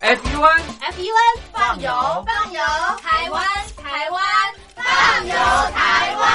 FUN 放油台湾放油台湾。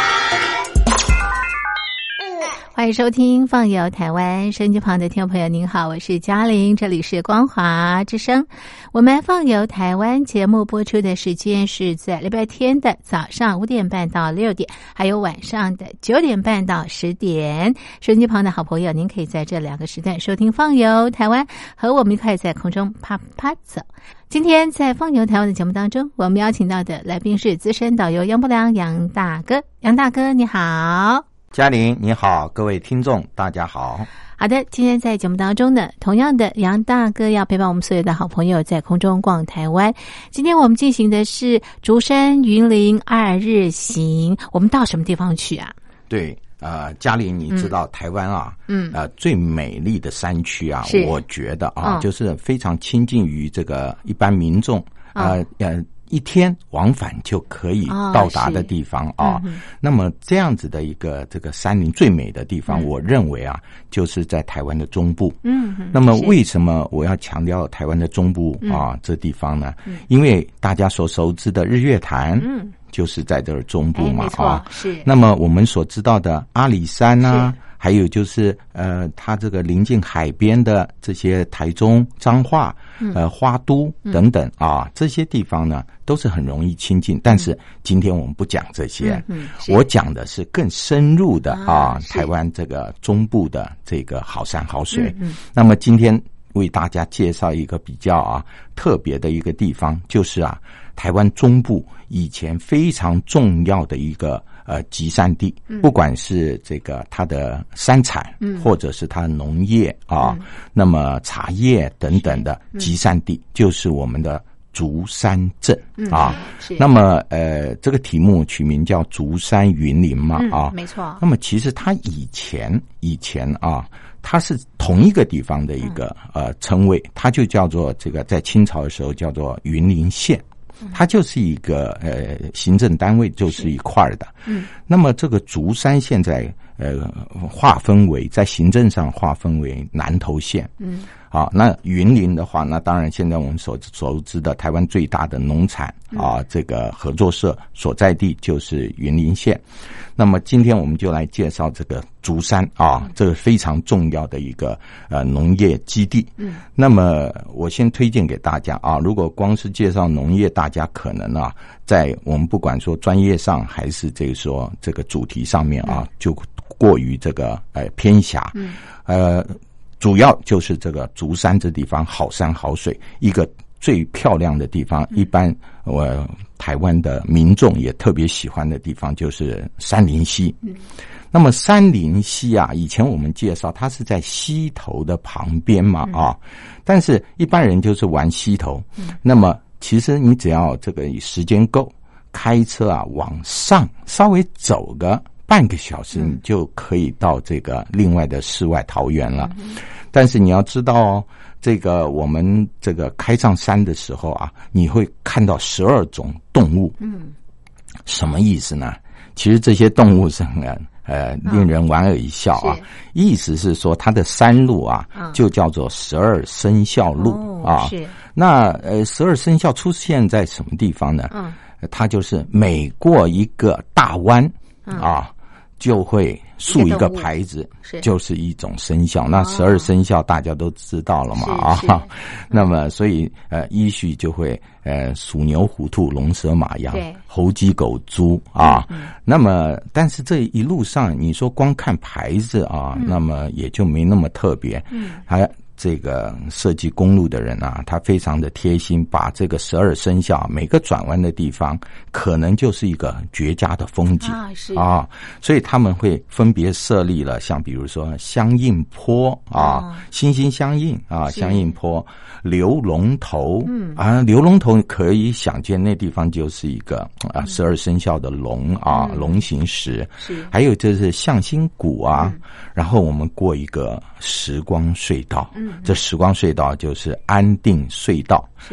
欢迎收听放游台湾，收音机旁的听众朋友您好，我是嘉玲，这里是光华之声。我们放游台湾节目播出的时间是在礼拜天的早上5点半到6点，还有晚上的9点半到10点。收音机旁的好朋友，您可以在这2个时段收听放游台湾，和我们一块在空中啪啪走。今天在放游台湾的节目当中，我们邀请到的来宾是资深导游杨伯良杨大哥。杨大哥你好。 嘉玲你好，各位听众大家好。 好的，今天在节目当中呢，同样的杨大哥要陪伴我们所有的好朋友在空中逛台湾。今天我们进行的是竹山云林2日行，我们到什么地方去啊？ 对，嘉玲你知道台湾啊，最美丽的山区啊，我觉得啊，就是非常亲近于这个一般民众，一天往返就可以到达的地方啊。那么这样子的一个这个山林最美的地方，我认为啊，就是在台湾的中部。那么为什么我要强调台湾的中部啊这地方呢？因为大家所熟知的日月潭，就是在这儿中部嘛， 是。 那么我们所知道的阿里山啊，还有就是它这个临近海边的这些台中、彰化、花都等等啊，这些地方呢都是很容易亲近。但是今天我们不讲这些，我讲的是更深入的台湾这个中部的这个好山好水。那么今天为大家介绍一个比较特别的一个地方，就是台湾中部以前非常重要的一个集散地，不管是这个它的山产，或者是它的农业那么茶叶等等的集散地，就是我们的竹山镇那么这个题目取名叫竹山云林嘛没错。 那么其实它以前它是同一个地方的一个称谓，它就叫做这个在清朝的时候叫做云林县。它就是一个行政单位，就是一块的。那么这个竹山现在划分为在行政上划分为南投县。那云林的话，那当然现在我们所熟知的台湾最大的农产这个合作社所在地就是云林县。那么今天我们就来介绍这个竹山这个非常重要的一个农业基地。那么我先推荐给大家如果光是介绍农业，大家可能在我们不管说专业上还是这个说这个主题上面就过于这个偏狭。主要就是这个竹山这地方好山好水，一个最漂亮的地方。一般台湾的民众也特别喜欢的地方就是杉林溪。那么杉林溪以前我们介绍它是在溪头的旁边嘛但是一般人就是玩溪头。那么其实你只要这个时间够，开车往上稍微走个半个小时，你就可以到这个另外的世外桃源了。但是你要知道这个我们这个开上山的时候你会看到12种动物。什么意思呢？其实这些动物是很令人莞尔一笑意思是说它的山路就叫做12生肖路是。那12生肖出现在什么地方呢？它就是每过一个大弯就会竖一个牌子，就是一种生肖。那12生肖大家都知道了嘛那么所以依序就会鼠牛虎兔龙蛇马羊猴鸡狗猪那么但是这一路上你说光看牌子那么也就没那么特别。还这个设计公路的人他非常的贴心，把这个12生肖每个转弯的地方可能就是一个绝佳的风景所以他们会分别设立了像比如说相应坡心心相印相应坡，流龙头流龙头可以想见那地方就是一个12生肖的龙龙形石。还有就是向心谷然后我们过一个时光隧道。这时光隧道就是安定隧道。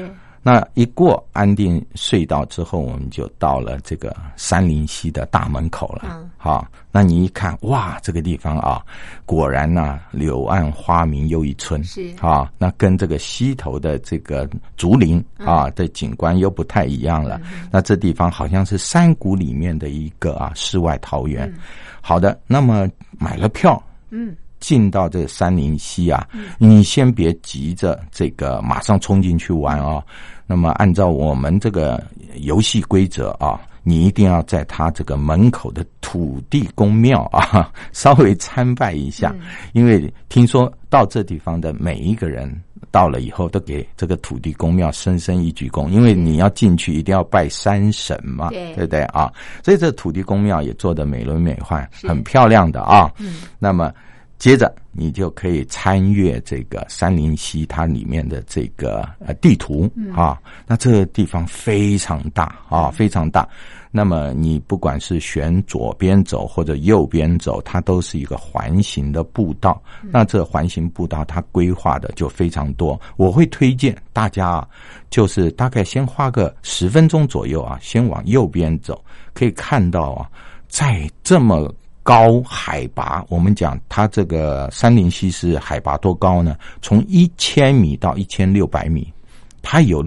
那一过安定隧道之后，我们就到了这个杉林溪的大门口了。那你一看，哇，这个地方啊，果然啊，柳暗花明又一村。是啊，那跟这个溪头的这个竹林啊的景观又不太一样了。那这地方好像是山谷里面的一个世外桃源。好的，那么买了票，进到这个杉林溪啊，你先别急着这个马上冲进去玩啊。那么按照我们这个游戏规则啊，你一定要在他这个门口的土地公庙啊稍微参拜一下，因为听说到这地方的每一个人到了以后都给这个土地公庙深深一鞠躬，因为你要进去一定要拜山神嘛，对不对啊？所以这土地公庙也做得美轮美奂，很漂亮的啊。那么接着你就可以参阅这个杉林溪它里面的这个地图啊，那这个地方非常大啊，非常大。那么你不管是选左边走或者右边走，它都是一个环形的步道。那这环形步道它规划的就非常多，我会推荐大家啊，就是大概先花个10分钟左右啊，先往右边走，可以看到啊，在这么高海拔，我们讲它这个杉林溪是海拔多高呢？从1000米到1600米，它有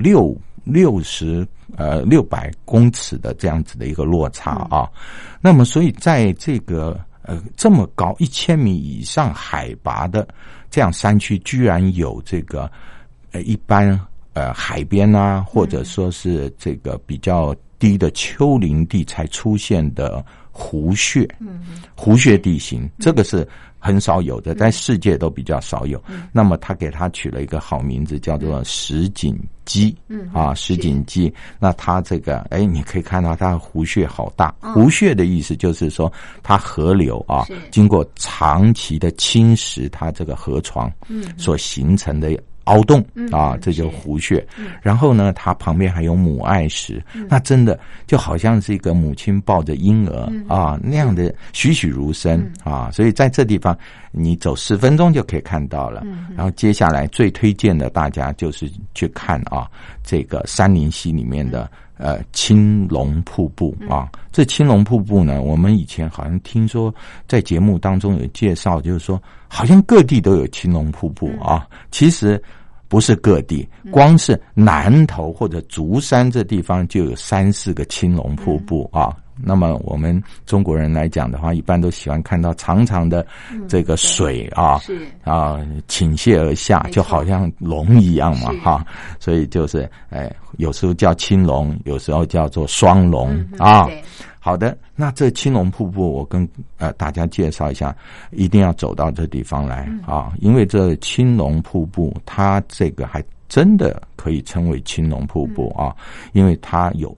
600公尺的这样子的一个落差啊。那么所以在这个这么高1000米以上海拔的这样山区，居然有这个一般海边啊，或者说是这个比较低的丘陵地才出现的湖穴，湖穴地形，这个是很少有的，在世界都比较少有。那么他给他取了一个好名字，叫做石锦基石锦基。那他这个你可以看到它的湖穴好大。湖穴的意思就是说，它河流啊，经过长期的侵蚀，它这个河床所形成的凹洞啊，这就是湖穴。然后呢，它旁边还有母爱石，那真的就好像是一个母亲抱着婴儿啊那样的栩栩如生啊。所以在这地方你走10分钟就可以看到了。然后接下来最推荐的大家就是去看啊这个杉林溪里面的青龙瀑布啊。这青龙瀑布呢，我们以前好像听说在节目当中有介绍，就是说好像各地都有青龙瀑布啊。其实不是各地，光是南投或者竹山这地方就有3-4个青龙瀑布啊。那么我们中国人来讲的话，一般都喜欢看到长长的这个水倾泻而下，就好像龙一样嘛哈。所以就是有时候叫青龙，有时候叫做双龙啊。好的，那这青龙瀑布我跟大家介绍一下，一定要走到这地方来啊，因为这青龙瀑布它这个还真的可以称为青龙瀑布啊，因为它有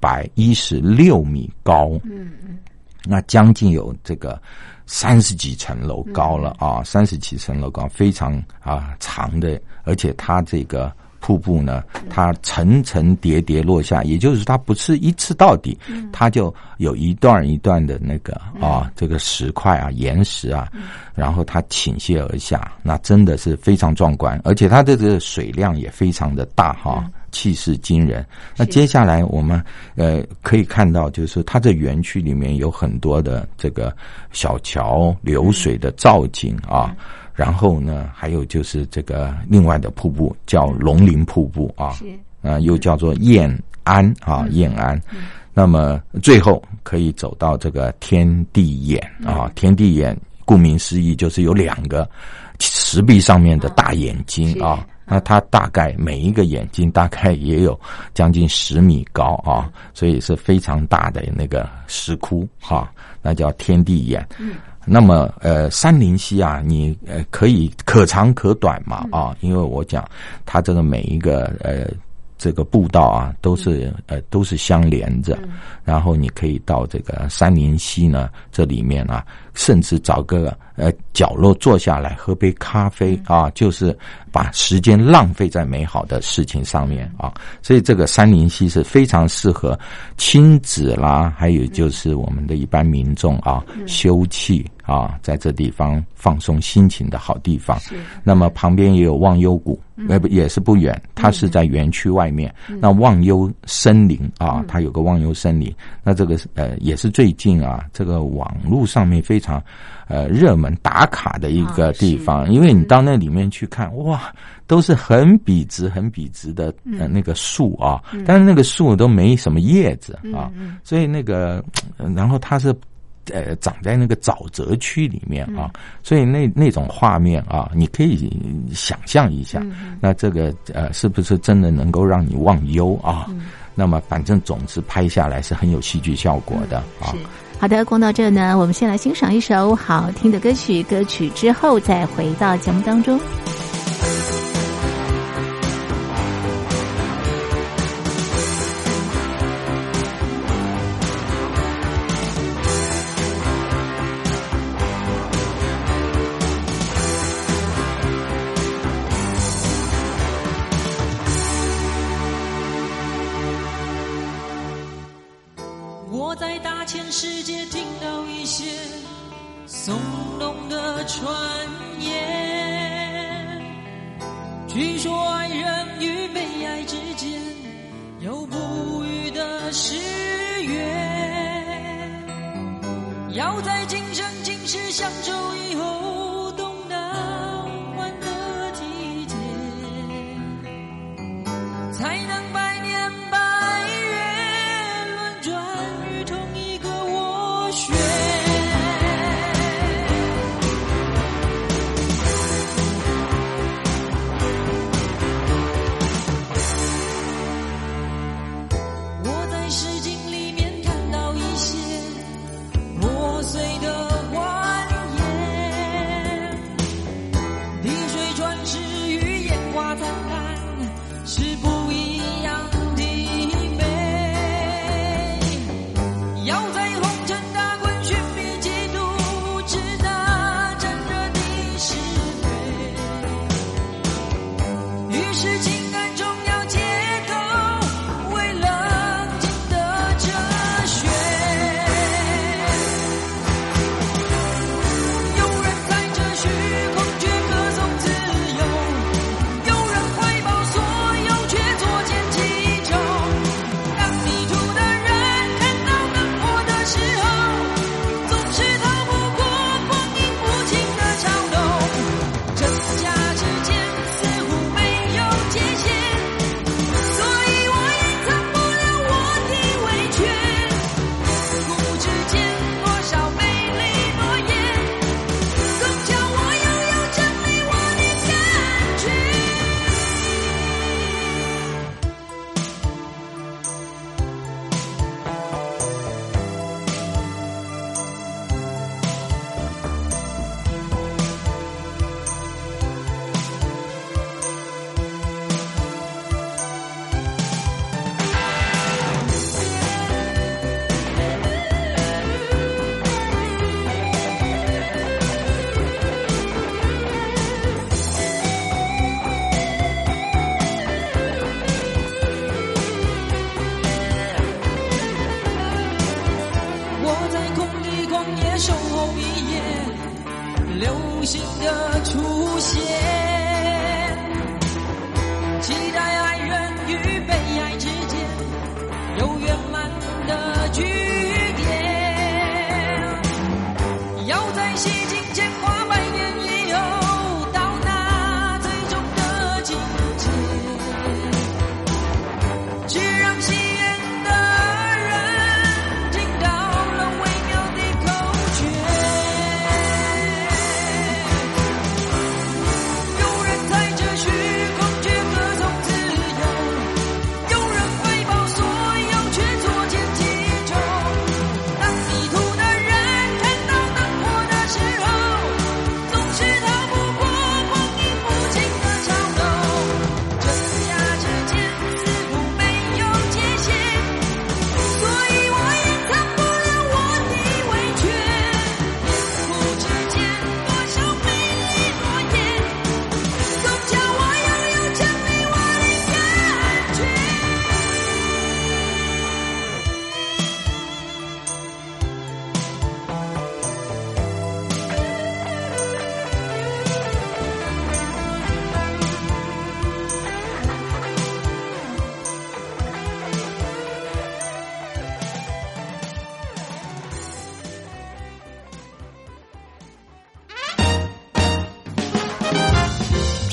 116米高，那将近有这个30几层楼高了啊，30几层楼高，非常长的，而且它这个瀑布呢，它层层叠叠落下，也就是它不是一次到底，它就有一段一段的那个这个石块啊、岩石啊，然后它倾泻而下，那真的是非常壮观，而且它的这个水量也非常的大哈，气势惊人。那接下来我们可以看到，就是它这园区里面有很多的这个小桥流水的造景啊。然后呢，还有就是这个另外的瀑布叫龙陵瀑布啊，又叫做燕安啊，燕安。那么最后可以走到这个天地眼啊，天地眼顾名思义就是有2个石壁上面的大眼睛啊。那它大概每一个眼睛大概也有将近10米高啊，所以是非常大的那个石窟啊，那叫天地眼。那么杉林溪啊，你可以可长可短嘛啊，因为我讲它这个每一个这个步道啊都是相连着，然后你可以到这个杉林溪呢这里面啊甚至找个角落坐下来喝杯咖啡啊，就是把时间浪费在美好的事情上面啊。所以这个杉林溪是非常适合亲子啦，还有就是我们的一般民众啊休憩啊，在这地方放松心情的好地方。那么旁边也有忘忧谷，也是不远，它是在园区外面。那忘忧森林啊，它有个忘忧森林，那这个也是最近啊，这个网络上面非常热门打卡的一个地方，因为你到那里面去看，哇，都是很笔直的那个树啊，但是那个树都没什么叶子啊，所以那个然后它是长在那个沼泽区里面啊，所以那种画面啊，你可以想象一下，那这个是不是真的能够让你忘忧啊？那么反正总之拍下来是很有戏剧效果的啊。 好的，光到这呢，我们先来欣赏一首好听的歌曲，歌曲之后再回到节目当中。 我在大千世界听到一些耸动的传言，据说爱人与被爱之间有不渝的誓约，要在今生今世相守以后懂得换得体贴，才能百年百月轮转于同一个涡旋。我在诗经里面看到一些破碎的蜿言，滴水穿石与烟花灿烂是不一样的美，要在红尘打滚寻觅几度，知那炙热的是非，于是情感中要借口为冷静的哲学。有人在这虚空却歌颂自由，有人怀抱所有却作践其中。当迷途的人看到灯火的时候，总是逃不过光阴无情的嘲弄。真假之间似乎没有界限，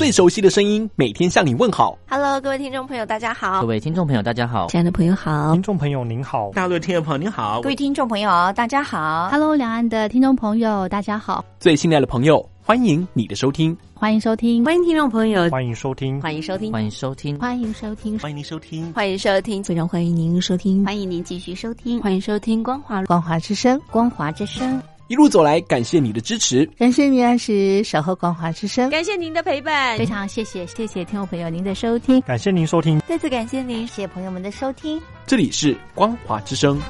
最熟悉的声音，每天向你问好。 Hello， 各位听众朋友，大家好。 各位听众朋友，大家好。 亲爱的朋友好。 听众朋友您好。 大陆听众朋友您好。 各位听众朋友大家好。 Hello， 两岸的听众朋友大家好。 最亲爱的朋友，欢迎你的收听。 欢迎收听， 欢迎听众朋友， 欢迎收听， 欢迎收听， 欢迎收听， 欢迎收听， 欢迎您收听， 欢迎收听，非常欢迎您收听， 欢迎您继续收听， 欢迎收听光华之声， 光华之声。 一路走来，感谢你的支持， 感谢您按时守候光华之声， 感谢您的陪伴， 非常谢谢听众朋友您的收听， 感谢您收听， 再次感谢您， 谢谢朋友们的收听。 这里是光华之声。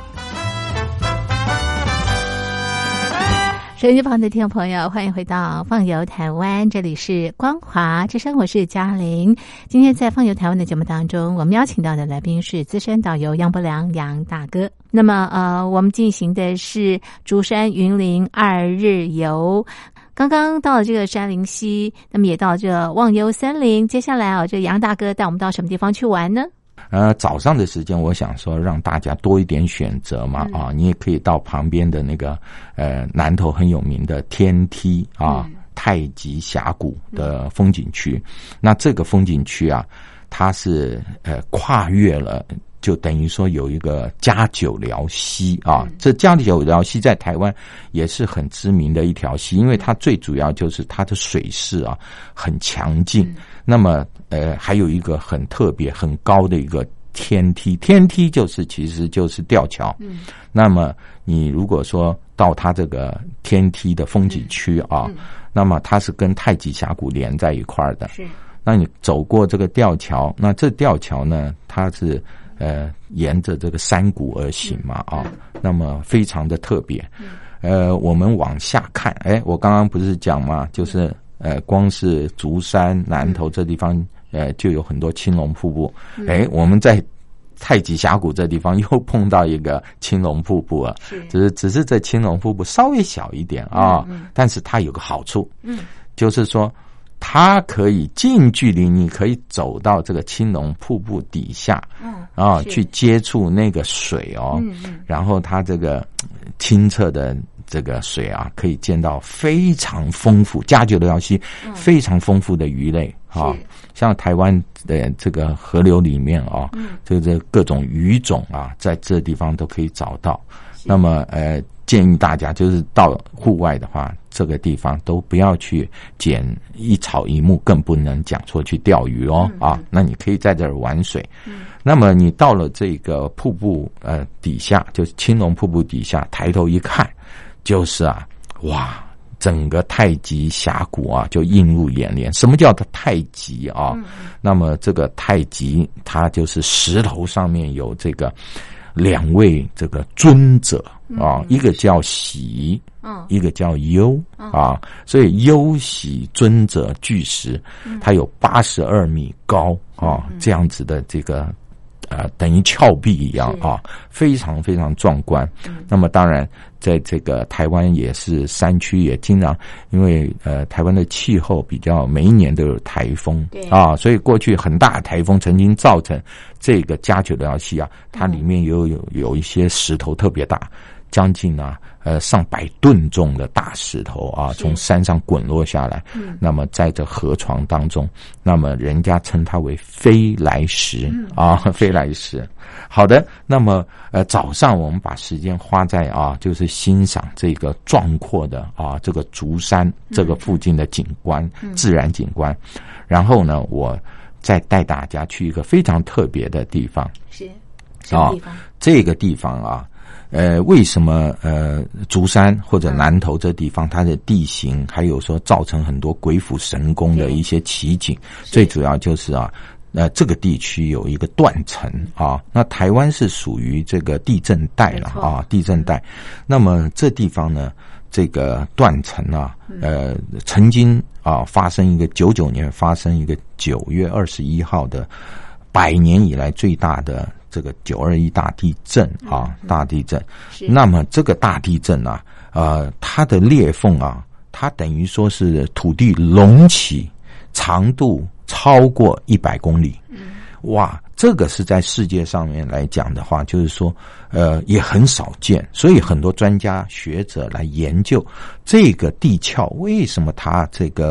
手机旁的听众朋友，欢迎回到放游台湾，这里是光华之声，我是嘉玲。今天在放游台湾的节目当中，我们邀请到的来宾是资深导游杨伯良杨大哥。那么我们进行的是竹山云林2日游，刚刚到了这个山林溪，那么也到这个忘忧森林。接下来这杨大哥带我们到什么地方去玩呢？ 早上的时间，我想说让大家多一点选择嘛，你也可以到旁边的那个南投很有名的天梯啊，太极峡谷的风景区。那这个风景区啊，它是跨越了，就等于说有一个加九寮溪啊，这加九寮溪在台湾也是很知名的一条溪，因为它最主要就是它的水势啊很强劲。那么还有一个很特别很高的一个天梯，天梯其实就是吊桥。那么你如果说到它这个天梯的风景区啊，那么它是跟太极峡谷连在一块儿的。是，那你走过这个吊桥，那这吊桥呢，它是沿着这个山谷而行嘛啊，那么非常的特别。我们往下看，我刚刚不是讲嘛，就是光是竹山南投这地方就有很多青龙瀑布。我们在太极峡谷这地方又碰到一个青龙瀑布了，只是这青龙瀑布稍微小一点啊，但是它有个好处，就是说它可以近距离，你可以走到这个青龙瀑布底下，去接触那个水哦，然后它这个清澈的这个水啊，可以见到非常丰富，加九寮溪非常丰富的鱼类啊，像台湾的这个河流里面啊，这各种鱼种啊，在这地方都可以找到。那么建议大家就是到户外的话，这个地方都不要去捡一草一木，更不能讲说去钓鱼哦啊。那你可以在这儿玩水。那么你到了这个瀑布底下，就是青龙瀑布底下，抬头一看，就是哇，整个太极峡谷啊就映入眼帘。什么叫太极啊？那么这个太极它就是石头上面有这个两位这个尊者啊，一个叫喜，一个叫忧啊，所以忧喜尊者巨石，它有82米高啊，这样子的这个等于峭壁一样啊，非常非常壮观。那么当然在这个台湾也是山区，也经常因为台湾的气候比较每一年都有台风啊，所以过去很大的台风曾经造成这个加九寮溪啊，它里面有一些石头特别大，将近上百吨重的大石头啊，从山上滚落下来，那么在这河床当中，那么人家称它为飞来石啊，飞来石。好的，那么早上我们把时间花在就是欣赏这个壮阔的这个竹山这个附近的景观，自然景观。然后呢，我再带大家去一个非常特别的地方， 是什么地方？ 这个地方为什么竹山或者南投这地方它的地形还有说造成很多鬼斧神工的一些奇景？最主要就是这个地区有一个断层啊，那台湾是属于这个地震带了啊，地震带。那么这地方呢，这个断层曾经发生一个99年发生一个9月21号的100年以来最大的这个921大地震大地震。那么这个大地震它的裂缝它等于说是土地隆起，长度超过100公里。哇，这个是在世界上面来讲的话，就是说也很少见，所以很多专家学者来研究这个地壳为什么它这个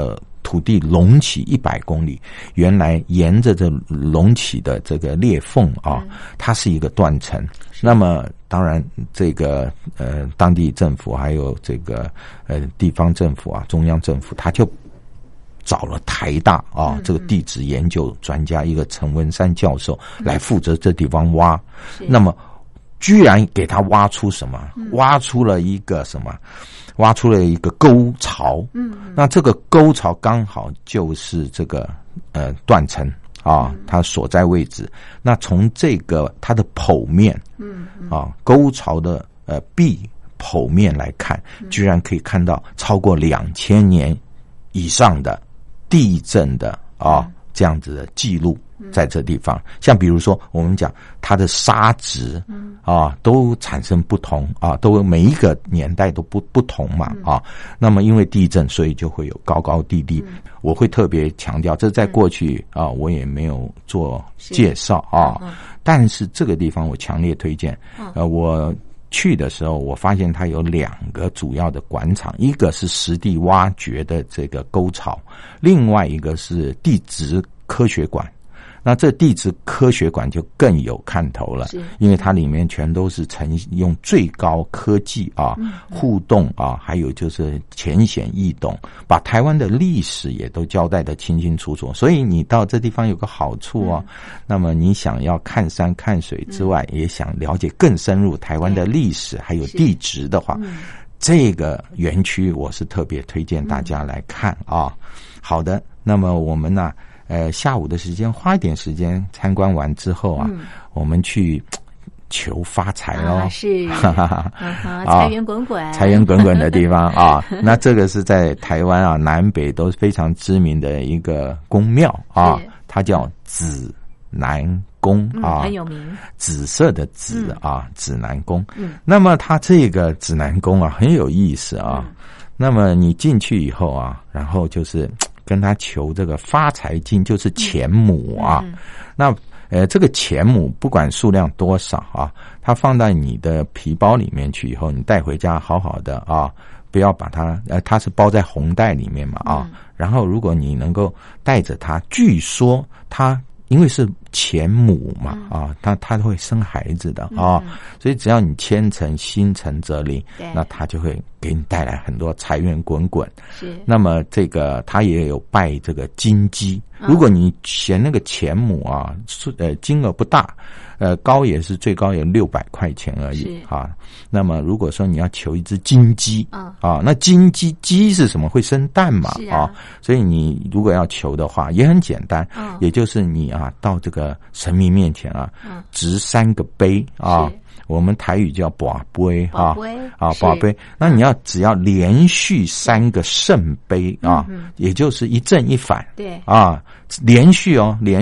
土地隆起100公里，原来沿着这隆起的这个裂缝啊，它是一个断层。那么当然这个当地政府还有这个地方政府啊，中央政府，他就找了台大啊这个地质研究专家一个陈文山教授来负责这地方挖。那么居然给他挖出什么？挖出了一个什么？挖出了一个沟槽。那这个沟槽刚好就是这个断层啊，它所在位置。那从这个它的剖面，沟槽的壁剖面来看，居然可以看到超过2000年以上的地震的这样子的记录。在这地方，像比如说我们讲它的沙质都产生不同都每一个年代都不同嘛那么因为地震，所以就会有高高低低。我会特别强调，这在过去我也没有做介绍但是这个地方我强烈推荐。我去的时候，我发现它有2个主要的馆场，一个是实地挖掘的这个沟槽，另外一个是地质科学馆。那这地质科学馆就更有看头了，因为它里面全都是用最高科技互动还有就是浅显易懂，把台湾的历史也都交代得清清楚楚。所以你到这地方有个好处那么你想要看山看水之外，也想了解更深入台湾的历史还有地质的话，这个园区我是特别推荐大家来看好的，那么我们呢下午的时间花一点时间参观完之后我们去求发财是财源滚滚， 财源滚滚的地方那这个是在台湾南北都非常知名的一个宫庙它叫紫南宫很有名， 紫色的紫紫南宫。那么它这个紫南宫很有意思那么你进去以后然后就是跟他求这个发财金，就是钱母那这个钱母不管数量多少它放在你的皮包里面去以后，你带回家好好的不要把它它是包在红袋里面嘛然后如果你能够带着它，据说它因为是钱母嘛它会生孩子的所以只要你虔诚心诚则灵，那它就会给你带来很多财源滚滚。那么这个它也有拜这个金鸡，如果你嫌那个钱母金额不大，高也是最高有600块钱而已那么如果说你要求一只金鸡那金鸡是什么？会生蛋嘛所以你如果要求的话也很简单也就是你到这个神明面前掷3个杯我们台语叫跋杯跋杯。那你只要连续3个圣杯也就是一正一反，对连续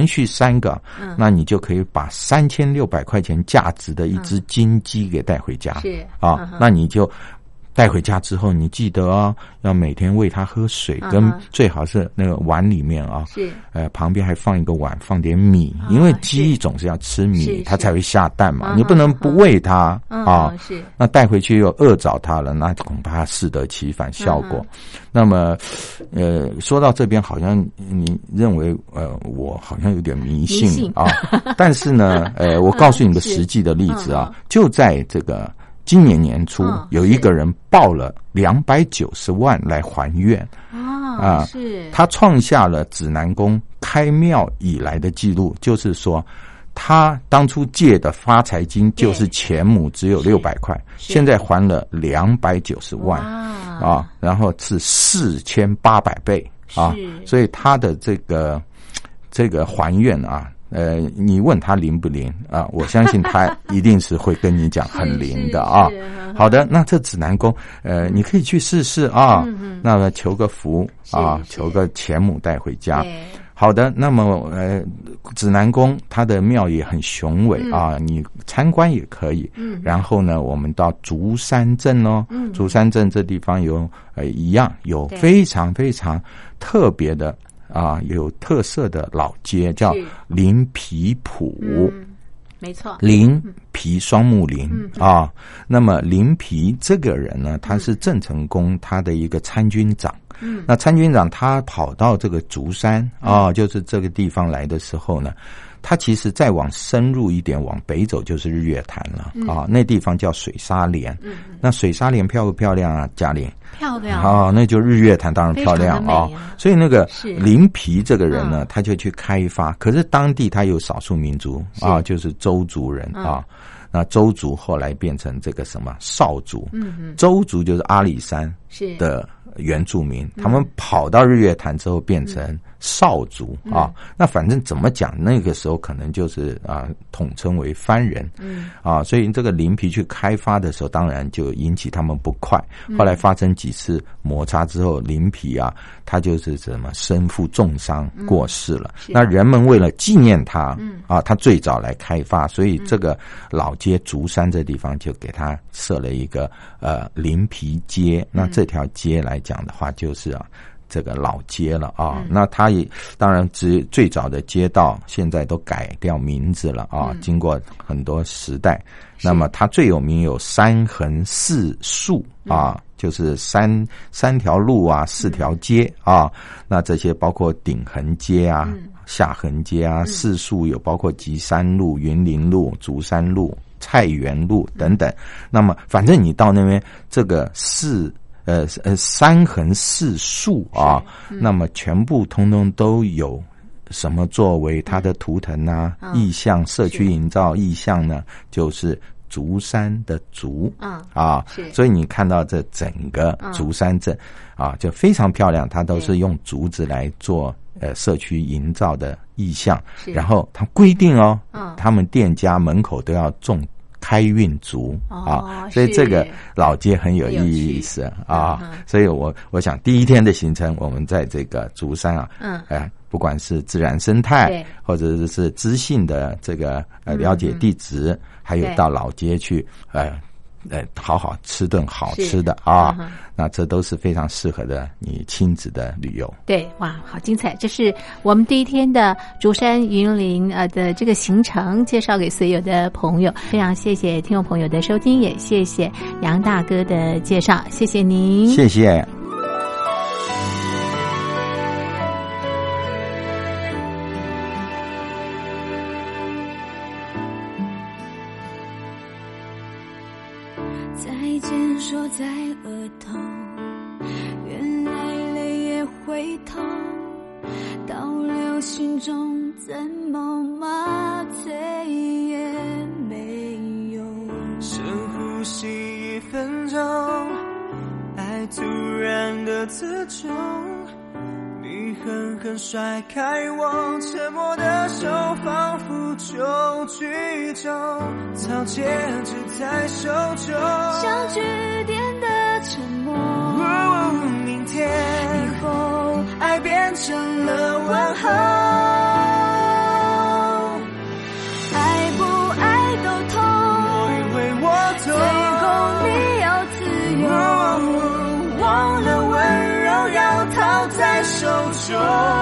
3个那你就可以把3600块钱价值的一只金鸡给带回家。是那你就带回家之后，你记得要每天喂它喝水，跟最好是那个碗里面是旁边还放一个碗，放点米，因为鸡总是要吃米，它才会下蛋嘛，你不能不喂它是。那带回去又饿着它了，那恐怕它适得其反效果。那么说到这边，好像你认为我好像有点迷信但是呢我告诉你个实际的例子就在这个今年年初有一个人报了290万来还愿是他创下了指南宫开庙以来的记录，就是说他当初借的发财金就是钱母只有600块，现在还了290万然后是4800倍所以他的这个还愿你问他灵不灵我相信他一定是会跟你讲很灵的好的，那这指南宫你可以去试试那么求个福求个钱母带回家。好的，那么指南宫它的庙也很雄伟你参观也可以。然后呢，我们到竹山镇竹山镇这地方有一样有非常非常特别的有特色的老街，叫林皮埔。 没错， 林皮双木林那么林皮这个人呢，他是郑成功他的一个参军长那参军长他跑到这个竹山啊，就是这个地方来的时候呢，他其实再往深入一点，往北走就是日月潭了啊。那地方叫水沙连，那水沙连漂不漂亮啊？嘉玲？ 漂亮啊，那就日月潭当然漂亮啊。所以那个林皮这个人呢，他就去开发，可是当地他有少数民族啊，就是周族人啊。那周族后来变成这个什么少族，周族就是阿里山的原住民，他们跑到日月潭之后变成少族啊。那反正怎么讲，那个时候可能就是统称为番人，所以这个林皮去开发的时候，当然就引起他们不快。后来发生几次摩擦之后，林皮他就是什么身负重伤过世了。那人们为了纪念他他最早来开发，所以这个老街竹山这地方就给他设了一个林皮街。那这条街来讲的话，就是这个老街了啊。那它也当然最早的街道现在都改掉名字了啊，经过很多时代。那么它最有名有三横四竖就是三条路四条街啊。那这些包括顶横街下横街四竖有包括吉山路、云林路、竹山路、菜园路等等。那么反正你到那边这个三横四竖那么全部通通都有什么作为？它的图腾意象、社区营造意象呢，就是竹山的竹所以你看到这整个竹山镇就非常漂亮，它都是用竹子来做社区营造的意象。然后它规定他们店家门口都要种开运竹所以这个老街很有意思所以我想第一天的行程，我们在这个竹山不管是自然生态，或者是知性的这个了解地质，还有到老街去好好吃顿好吃的那这都是非常适合的你亲子的旅游。 对，哇，好精彩！这是我们第一天的竹山云林的这个行程，介绍给所有的朋友。非常谢谢听众朋友的收听，也谢谢杨大哥的介绍，谢谢您， 谢谢。 再见说在额头，原来泪也会痛，倒流心中怎么麻醉也没用。 深呼吸1分钟，爱突然的刺中，你狠狠甩开我，沉默的手仿佛就剧终，草戒指在手中， 像句点的沉默。 明天以后爱变成了问候， 爱不爱都痛， 我以为我懂， 最后你要自由， 忘了温柔要掏在手中，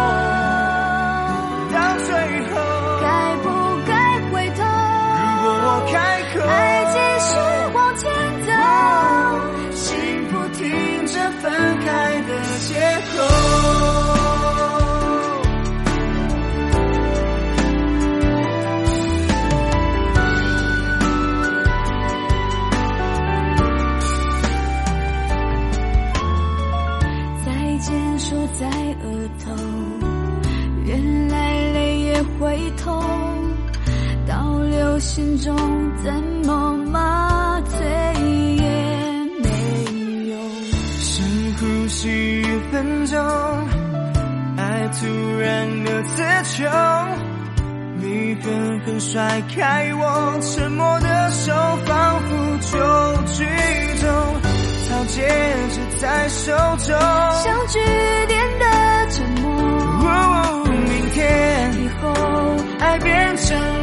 到最后该不该回头？ 如果我开口， 爱继续往前走， 心不停着分开的借口。 说在额头，原来泪也会痛，倒流心中怎么麻醉也没用。 深呼吸1分钟，爱突然的刺痛，你狠狠甩开我，沉默的手仿佛就剧终，草戒指在手中， 像句点的沉默。 明天以后爱变成